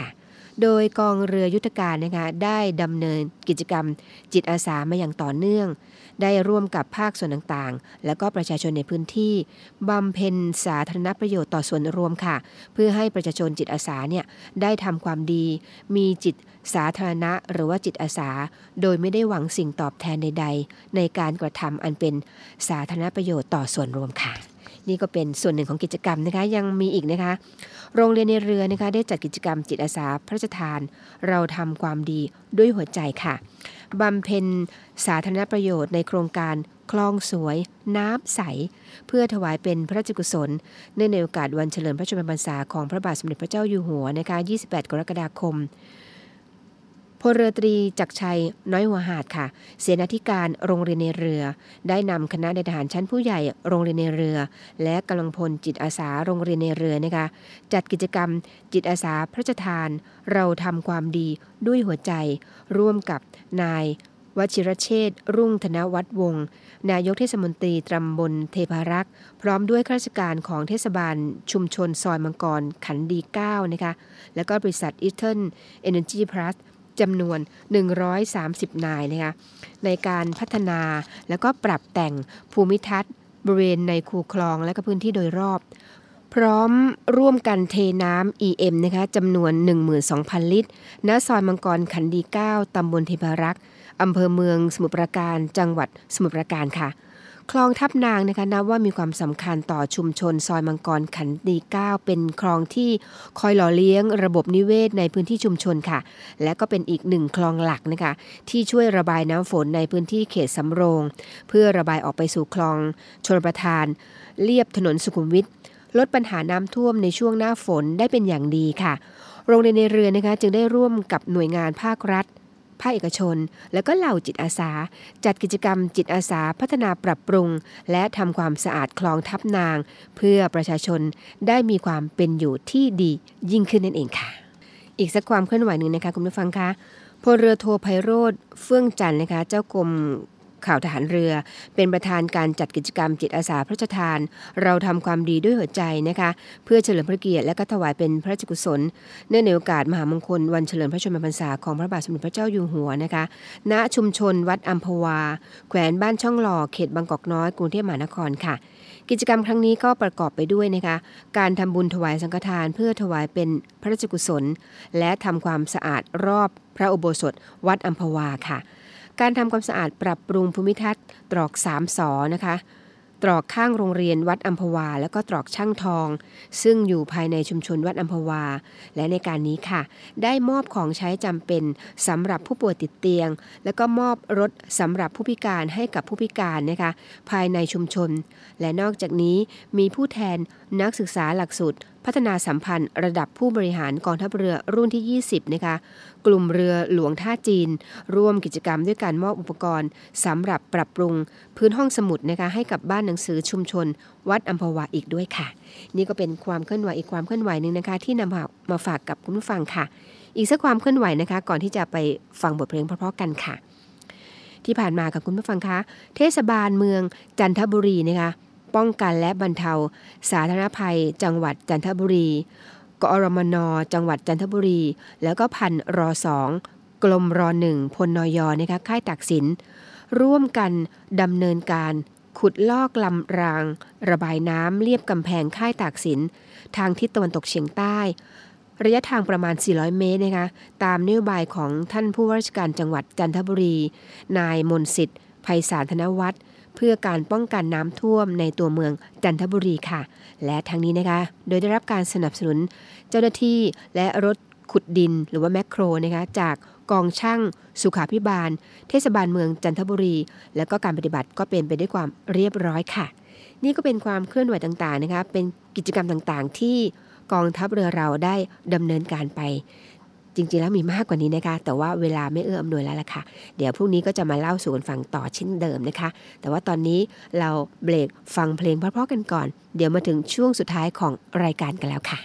โดยกองเรือยุทธการนะคะได้ดำเนินกิจกรรมจิตอาสามาอย่างต่อเนื่องได้ร่วมกับภาคส่วนต่างๆและก็ประชาชนในพื้นที่บำเพ็ญสาธารณประโยชน์ต่อส่วนรวมค่ะเพื่อให้ประชาชนจิตอาสาเนี่ยได้ทำความดีมีจิตสาธารณะหรือว่าจิตอาสาโดยไม่ได้หวังสิ่งตอบแทนใดๆในการกระทำอันเป็นสาธารณประโยชน์ต่อส่วนรวมค่ะนี่ก็เป็นส่วนหนึ่งของกิจกรรมนะคะยังมีอีกนะคะโรงเรียนในเรือนะคะได้จัดกิจกรรมจิตอาสาพระราชทานเราทำความดีด้วยหัวใจค่ะบำเพ็ญสาธารณประโยชน์ในโครงการคลองสวยน้ำใสเพื่อถวายเป็นพระราชกุศลเนื่องในโอกาสวันเฉลิมพระชนมพรรษาของพระบาทสมเด็จพระเจ้าอยู่หัวนะคะ28 กรกฎาคมพลเรือตรีจักรชัยน้อยหัวหาดค่ะเสนาธิการโรงเรียนในเรือได้นำคณะนายทหารชั้นผู้ใหญ่โรงเรียนในเรือและกำลังพลจิตอาสาโรงเรียนในเรือนะคะจัดกิจกรรมจิตอาสาพระราชทานเราทำความดีด้วยหัวใจร่วมกับนาย วชิรเชษฐ์รุ่งธนวัฒน์วงศ์นายกเทศมนตรีตำบลเทพารักษ์พร้อมด้วยข้าราชการของเทศบาลชุมชนซอยมังกรขันดี9นะคะแล้วก็บริษัท Eastern Energy Plus จำนวน130นายนะคะในการพัฒนาแล้วก็ปรับแต่งภูมิทัศน์บริเวณในคูคลองและก็พื้นที่โดยรอบพร้อมร่วมกันเทน้ำ EM นะคะจำนวน 12,000 ลิตรณซอยมังกรขันดี9ตำบลเทพารักษ์อำเภอเมืองสมุทรปราการจังหวัดสมุทรปราการค่ะคลองทับนางนะคะนับว่ามีความสำคัญต่อชุมชนซอยมังกรขันดี9เป็นคลองที่คอยหล่อเลี้ยงระบบนิเวศในพื้นที่ชุมชนค่ะและก็เป็นอีกหนึ่งคลองหลักนะคะที่ช่วยระบายน้ำฝนในพื้นที่เขตสำโรงเพื่อระบายออกไปสู่คลองชลประทานเลียบถนนสุขุมวิทลดปัญหาน้ำท่วมในช่วงหน้าฝนได้เป็นอย่างดีค่ะโรงเรียนในเรือนะคะจึงได้ร่วมกับหน่วยงานภาครัฐภาคเอกชนและก็เหล่าจิตอาสาจัดกิจกรรมจิตอาสาพัฒนาปรับปรุงและทำความสะอาดคลองทับนางเพื่อประชาชนได้มีความเป็นอยู่ที่ดียิ่งขึ้นนั่นเองค่ะอีกสักความเคลื่อนไหวหนึ่งนะคะคุณผู้ฟังคะพลเรือโทไพโรจน์เฟื่องจันทร์นะคะเจ้ากรมข่าวทหารเรือเป็นประธานการจัดกิจกรรมจิตอาสาพระราชทานเราทำความดีด้วยหัวใจนะคะเพื่อเฉลิมพระเกียรติและก็ถวายเป็นพระราชกุศลเนื่องในโอกาสมหามงคลวันเฉลิมพระชนมพรรษาของพระบาทสมเด็จพระเจ้าอยู่หัวนะคะณชุมชนวัดอัมพวาแขวงบ้านช่องหล่อเขตบางกอกน้อยกรุงเทพมหานครค่ะกิจกรรมครั้งนี้ก็ประกอบไปด้วยนะคะการทำบุญถวายสังฆทานเพื่อถวายเป็นพระราชกุศลและทำความสะอาดรอบพระอุโบสถวัดอัมพวาค่ะการทำความสะอาดปรับปรุงภูมิทัศน์ตรอก3 สอนะคะตรอกข้างโรงเรียนวัดอัมพวาแล้วก็ตรอกช่างทองซึ่งอยู่ภายในชุมชนวัดอัมพวาและในการนี้ค่ะได้มอบของใช้จำเป็นสำหรับผู้ป่วยติดเตียงแล้วก็มอบรถสำหรับผู้พิการให้กับผู้พิการนะคะภายในชุมชนและนอกจากนี้มีผู้แทนนักศึกษาหลักสูตรพัฒนาสัมพันธ์ระดับผู้บริหารกองทัพเรือรุ่นที่20นะคะกลุ่มเรือหลวงท่าจีนร่วมกิจกรรมด้วยการมอบอุปกรณ์สำหรับปรับปรุงพื้นห้องสมุดนะคะให้กับบ้านหนังสือชุมชนวัดอัมพวาอีกด้วยค่ะนี่ก็เป็นความเคลื่อนไหวอีกความเคลื่อนไหวนึงนะคะที่นำมาฝากกับคุณผู้ฟังค่ะอีกสักความเคลื่อนไหวนะคะก่อนที่จะไปฟังบทเพลงเพราะๆกันค่ะที่ผ่านมากับคุณผู้ฟังคะเทศบาลเมืองจันทบุรีนะคะป้องกันและบรรเทาสาธารณภัยจังหวัดจันทบุรีกอรมนจังหวัดจันทบุรีแล้วก็พันร2กรมร1พลนยนะคะค่ายตากสินร่วมกันดำเนินการขุดลอกลำรางระบายน้ำเลียบกำแพงค่ายตากสินทางทิศตะวันตกเฉียงใต้ระยะทางประมาณ400เมตรนะคะตามนโยบายของท่านผู้ว่าราชการจังหวัดจันทบุรีนายมนต์สิทธิ์ไพศาลธนวัฒน์เพื่อการป้องกันน้ำท่วมในตัวเมืองจันทบุรีค่ะและทั้งนี้นะคะโดยได้รับการสนับสนุนเจ้าหน้าที่และรถขุดดินหรือว่าแมคโครนะคะจากกองช่างสุขาภิบาลเทศบาลเมืองจันทบุรีและก็การปฏิบัติก็เป็นไปด้วยความเรียบร้อยค่ะนี่ก็เป็นความเคลื่อนไหวต่างๆนะคะเป็นกิจกรรมต่างๆที่กองทัพเรือเราได้ดำเนินการไปจริงๆแล้วมีมากกว่านี้นะคะแต่ว่าเวลาไม่เอื้ออำนวยแล้วล่ะค่ะเดี๋ยวพรุ่งนี้ก็จะมาเล่าสู่กันฟังต่อเช่นเดิมนะคะแต่ว่าตอนนี้เราเบรกฟังเพลงเพราะๆกันก่อนเดี๋ยวมาถึงช่วงสุดท้ายของรายการกันแล้วค่ะ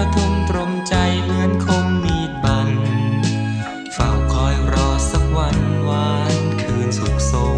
ระทมตรมใจเหมือนคมมีดบันเฝ้าคอยรอสักวันวานคืนสุขสม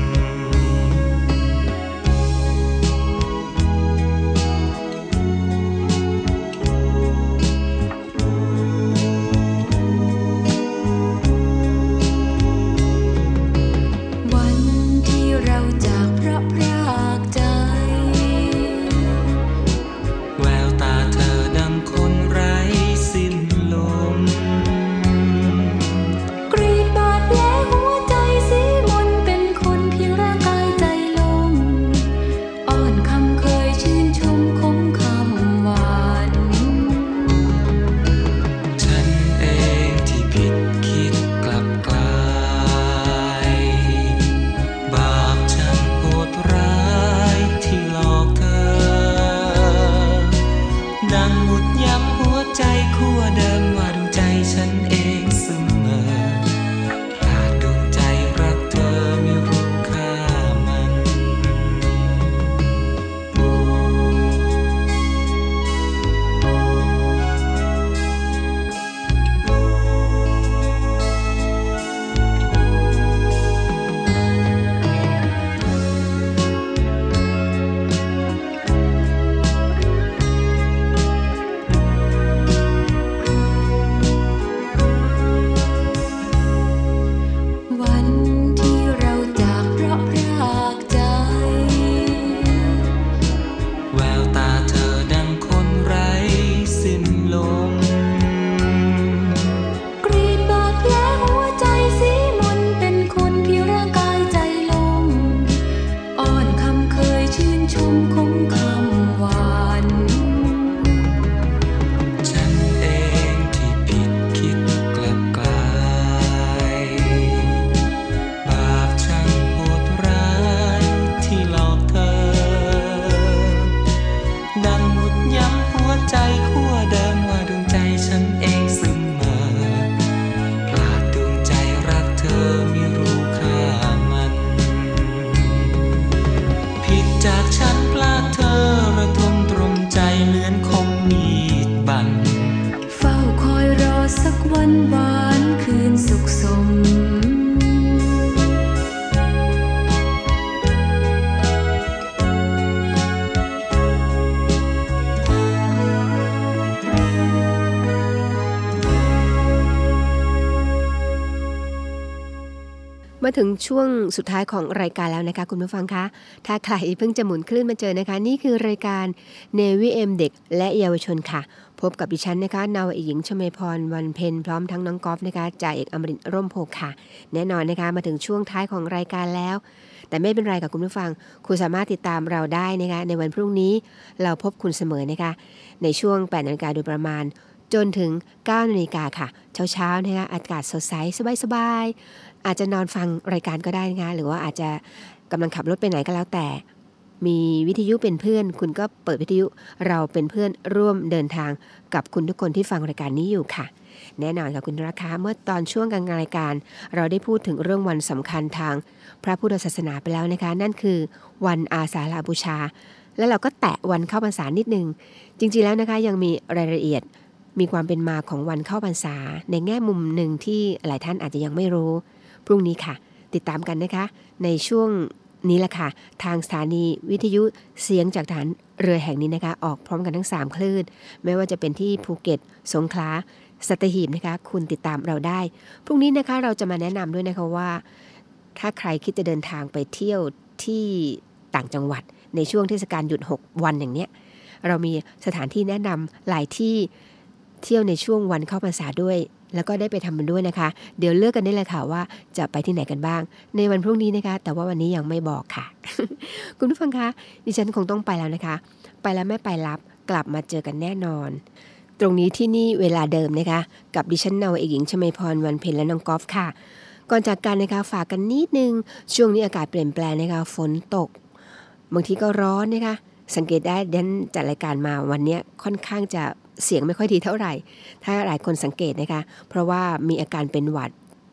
มาถึงช่วงสุดท้ายของรายการแล้วนะคะคุณผู้ฟังคะถ้าใครเพิ่งจะหมุนคลื่นมาเจอนะคะนี่คือรายการ Navy M เด็กและเยาวชนค่ะพบกับดิฉันนะคะนาวาเอกหญิงชเมพรวันเพ็ญพร้อมทั้งน้องกอล์ฟนะคะจ่าเอกอมรินทร์ร่มโพค่ะแน่นอนนะคะมาถึงช่วงท้ายของรายการแล้วแต่ไม่เป็นไรกับคุณผู้ฟังคุณสามารถติดตามเราได้นะคะในวันพรุ่งนี้เราพบคุณเสมอนะคะในช่วง 8 นาฬิกาโดยประมาณจนถึง 9 นาฬิกาค่ะเช้าๆนะคะอากาศสดใสสบายๆอาจจะนอนฟังรายการก็ได้นะคะหรือว่าอาจจะกำลังขับรถไปไหนก็แล้วแต่มีวิทยุเป็นเพื่อนคุณก็เปิดวิทยุเราเป็นเพื่อนร่วมเดินทางกับคุณทุกคนที่ฟังรายการนี้อยู่ค่ะแน่นอนค่ะคุณราคาเมื่อตอนช่วงกลางรายการเราได้พูดถึงเรื่องวันสำคัญทางพระพุทธศาสนาไปแล้วนะคะนั่นคือวันอาสาฬหบูชาแล้วเราก็แตะวันเข้าพรรษานิดนึงจริงๆแล้วนะคะยังมีรายละเอียดมีความเป็นมาของวันเข้าพรรษาในแง่มุมหนึ่งที่หลายท่านอาจจะยังไม่รู้พรุ่งนี้ค่ะติดตามกันนะคะในช่วงนี้แหละค่ะทางสถานีวิทยุเสียงจากฐานเรือแห่งนี้นะคะออกพร้อมกันทั้ง3คลื่นไม่ว่าจะเป็นที่ภูเก็ตสงขลาสัตหีบนะคะคุณติดตามเราได้พรุ่งนี้นะคะเราจะมาแนะนำด้วยนะคะว่าถ้าใครคิดจะเดินทางไปเที่ยวที่ต่างจังหวัดในช่วงเทศกาลหยุด6วันอย่างเนี้ยเรามีสถานที่แนะนำหลายที่เที่ยวในช่วงวันเข้าพรรษาด้วยแล้วก็ได้ไปทำมันด้วยนะคะเดี๋ยวเลือกกันได้เลยค่ะว่าจะไปที่ไหนกันบ้างในวันพรุ่งนี้นะคะแต่ว่าวันนี้ยังไม่บอกค่ะ คุณผู้ฟังคะดิฉันคงต้องไปแล้วนะคะไปแล้วไม่ไปรับกลับมาเจอกันแน่นอนตรงนี้ที่นี่เวลาเดิมนะคะกับดิฉันนาวาเอกหญิงชเมพรวันเพ็ญและน้องกอล์ฟค่ะก่อนจากกันนะคะฝากกันนิดนึงช่วงนี้อากาศเปลี่ยนแปลงนะคะฝนตกบางทีก็ร้อนนะคะสังเกตได้ดันจัดรายการมาวันนี้ค่อนข้างจะเสียงไม่ค่อยดีเท่าไหร่ถ้าหลายคนสังเกตนะคะเพราะว่ามีอาการเป็นหวัด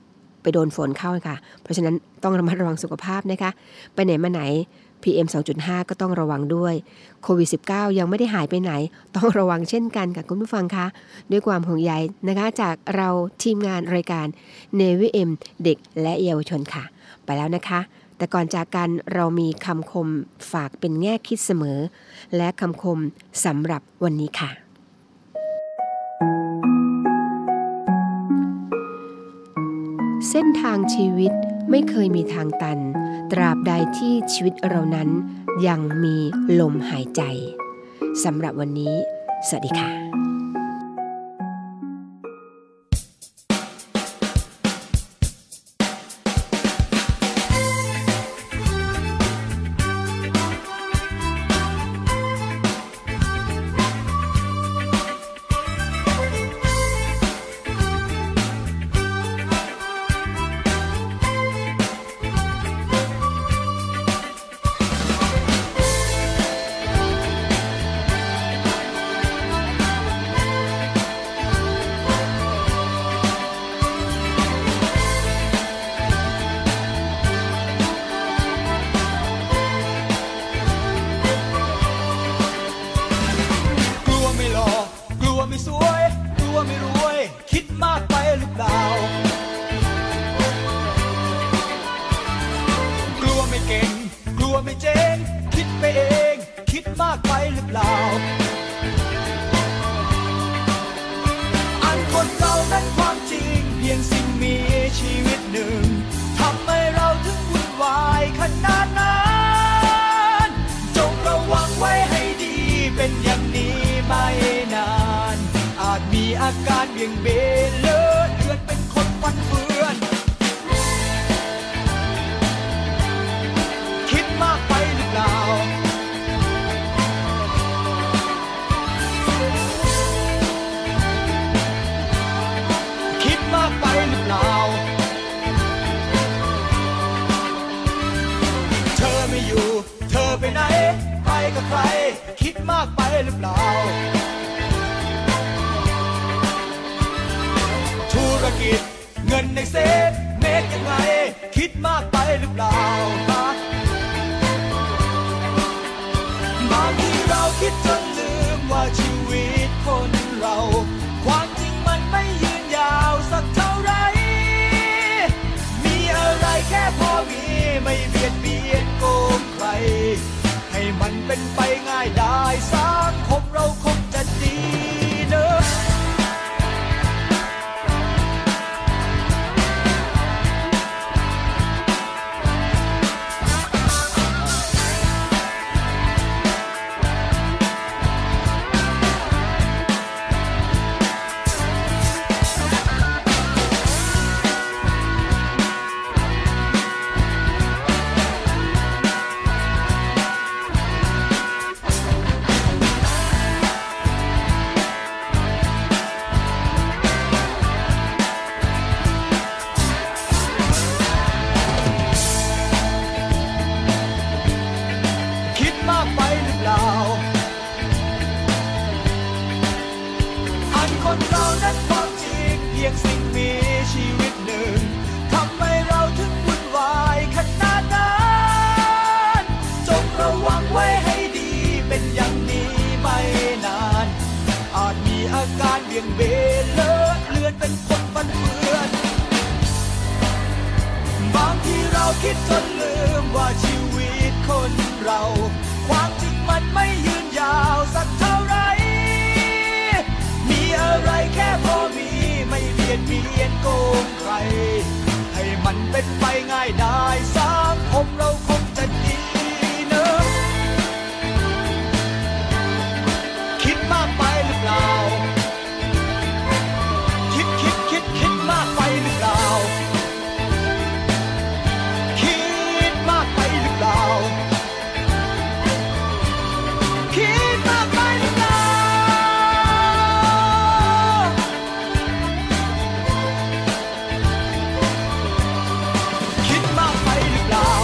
ไปโดนฝนเข้าค่ะเพราะฉะนั้นต้องระมัดระวังสุขภาพนะคะไปไหนมาไหน PM 2.5 ก็ต้องระวังด้วยโควิด -19 ยังไม่ได้หายไปไหนต้องระวังเช่นกันค่ะคุณผู้ฟังคะด้วยความห่วงใยนะคะจากเราทีมงานรายการ Navy M เด็กและเยาวชนค่ะไปแล้วนะคะแต่ก่อนจากกันเรามีคำคมฝากเป็นแง่คิดเสมอและคำคมสำหรับวันนี้ค่ะเส้นทางชีวิตไม่เคยมีทางตันตราบใดที่ชีวิตเรานั้นยังมีลมหายใจสำหรับวันนี้สวัสดีค่ะอาการเบี่ยงเบนเลอะเลือนเป็นคนฟันเฟือนคิดมากไปหรือเปล่าคิดมากไปหรือเปล่าเธอไม่อยู่เธอไปไหนไปกับใครคิดมากไปหรือเปล่าธุรกิจเงินในเซฟเมคยังไงคิดมากไปหรือเปล่าบางทีเราคิดจนลืมว่าชีวิตคนเราความจริงมันไม่ยืนยาวสักเท่าไรมีอะไรแค่พอมีไม่เบียดเบียนโกงใครให้มันเป็นไปง่ายได้สังคมเราคงจะดีเนอะเบลเลอะเลือนเป็นคนฟันเฟือนบางทีเราคิดจนลืมว่าชีวิตคนเราความจริงมันไม่ยืนยาวสักเท่าไรมีอะไรแค่พอมีไม่เบียดเบียนโกงใครให้มันเป็นไปง่ายได้สังคมเราคงจะดีเนอะคิดมากไปหรือเปล่าคิดมากไปหรือเปล่าคิดมากไปหรือเปล่าคิดมากไปหรือเปล่าคิดมากไปหรือเปล่า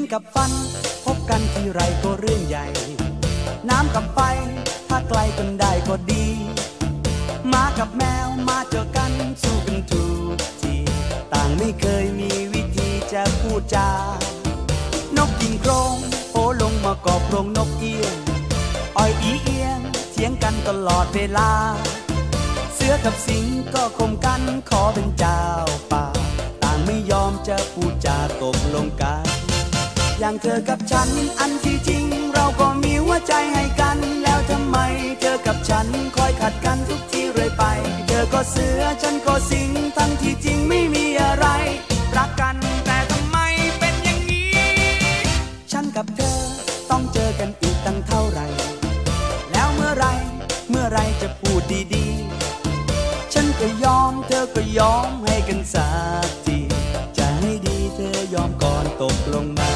กับฟันพบกันทีไรก็เรื่องใหญ่น้ำกับไฟถ้าไกลกันได้ก็ดีหมากับแมวมาเจอกันสู้กันทุกทีต่างไม่เคยมีวิธีจะพูดจานกกินโครงโผล่ลงมากอบโครงนกเอี้ยงอ้อยอีเอียงเถียงกันตลอดเวลาเสือกับสิงก็ข่มกันขอเป็นเจ้าป่าต่างไม่ยอมจะพูดจาตกลงกันอย่างเธอกับฉันอันที่จริงเราก็มีหัวใจให้กันแล้วทำไมเธอกับฉันคอยขัดกันทุกทีเรื่อยไปเธอก็เสือฉันก็สิงทั้งที่จริงไม่มีอะไรรักกันแต่ทำไมเป็นอย่างนี้ฉันกับเธอต้องเจอกันอีกตั้งเท่าไหร่แล้วเมื่อไรจะพูดดีๆฉันก็ยอมเธอก็ยอมให้กันสักทีจะให้ดีเธอยอมก่อนตกลงไหม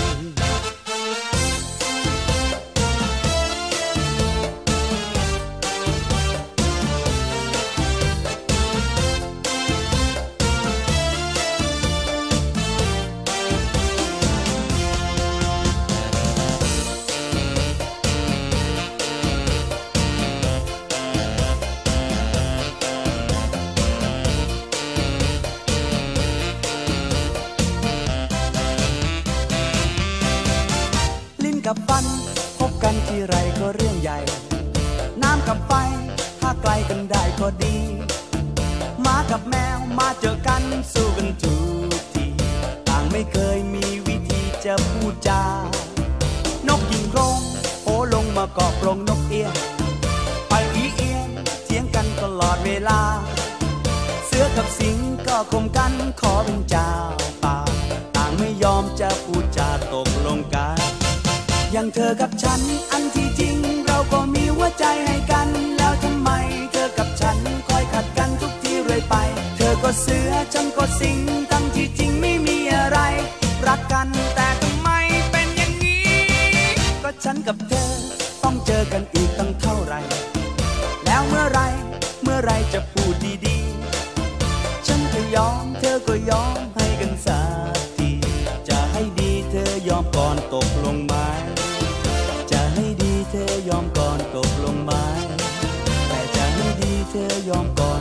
กับฟันพบกันทีไรก็เรื่องใหญ่น้ำกับไฟถ้าไกลกันได้ก็ดีหมากับแมวมาเจอกันสู้กันทุกทีต่างไม่เคยมีวิธีจะพูดจานกยิงโครงโผล่ลงมาเกาะกรงนกเอี้ยงไปอีเอียงเถียงกันตลอดเวลาเสือกับสิงก็ข่มกันขอเป็นเจ้าป่าต่างไม่ยอมจะพูดจาตกลงกันอย่างเธอกับฉันอันที่จริงเราก็มีหัวใจให้กันแล้วทำไมเธอกับฉันคอยขัดกันทุกทีเรื่อยไปเธอก็เสือฉันก็สิงทั้งที่จริงไม่มีอะไรรักกันแต่ทำไมเป็นอย่างนี้ก็ฉันกับเธอต้องเจอกันอีกตั้งเท่าไหร่แล้วเมื่อไรจะพูดดีๆฉันก็ยอมเธอก็ยอมให้กันสักทีจะให้ดีเธอยอมก่อนตกลงไหมจะให้ดีเธอยอมก่อนตกลงไหมแต่จะให้ดีเธอยอมก่อน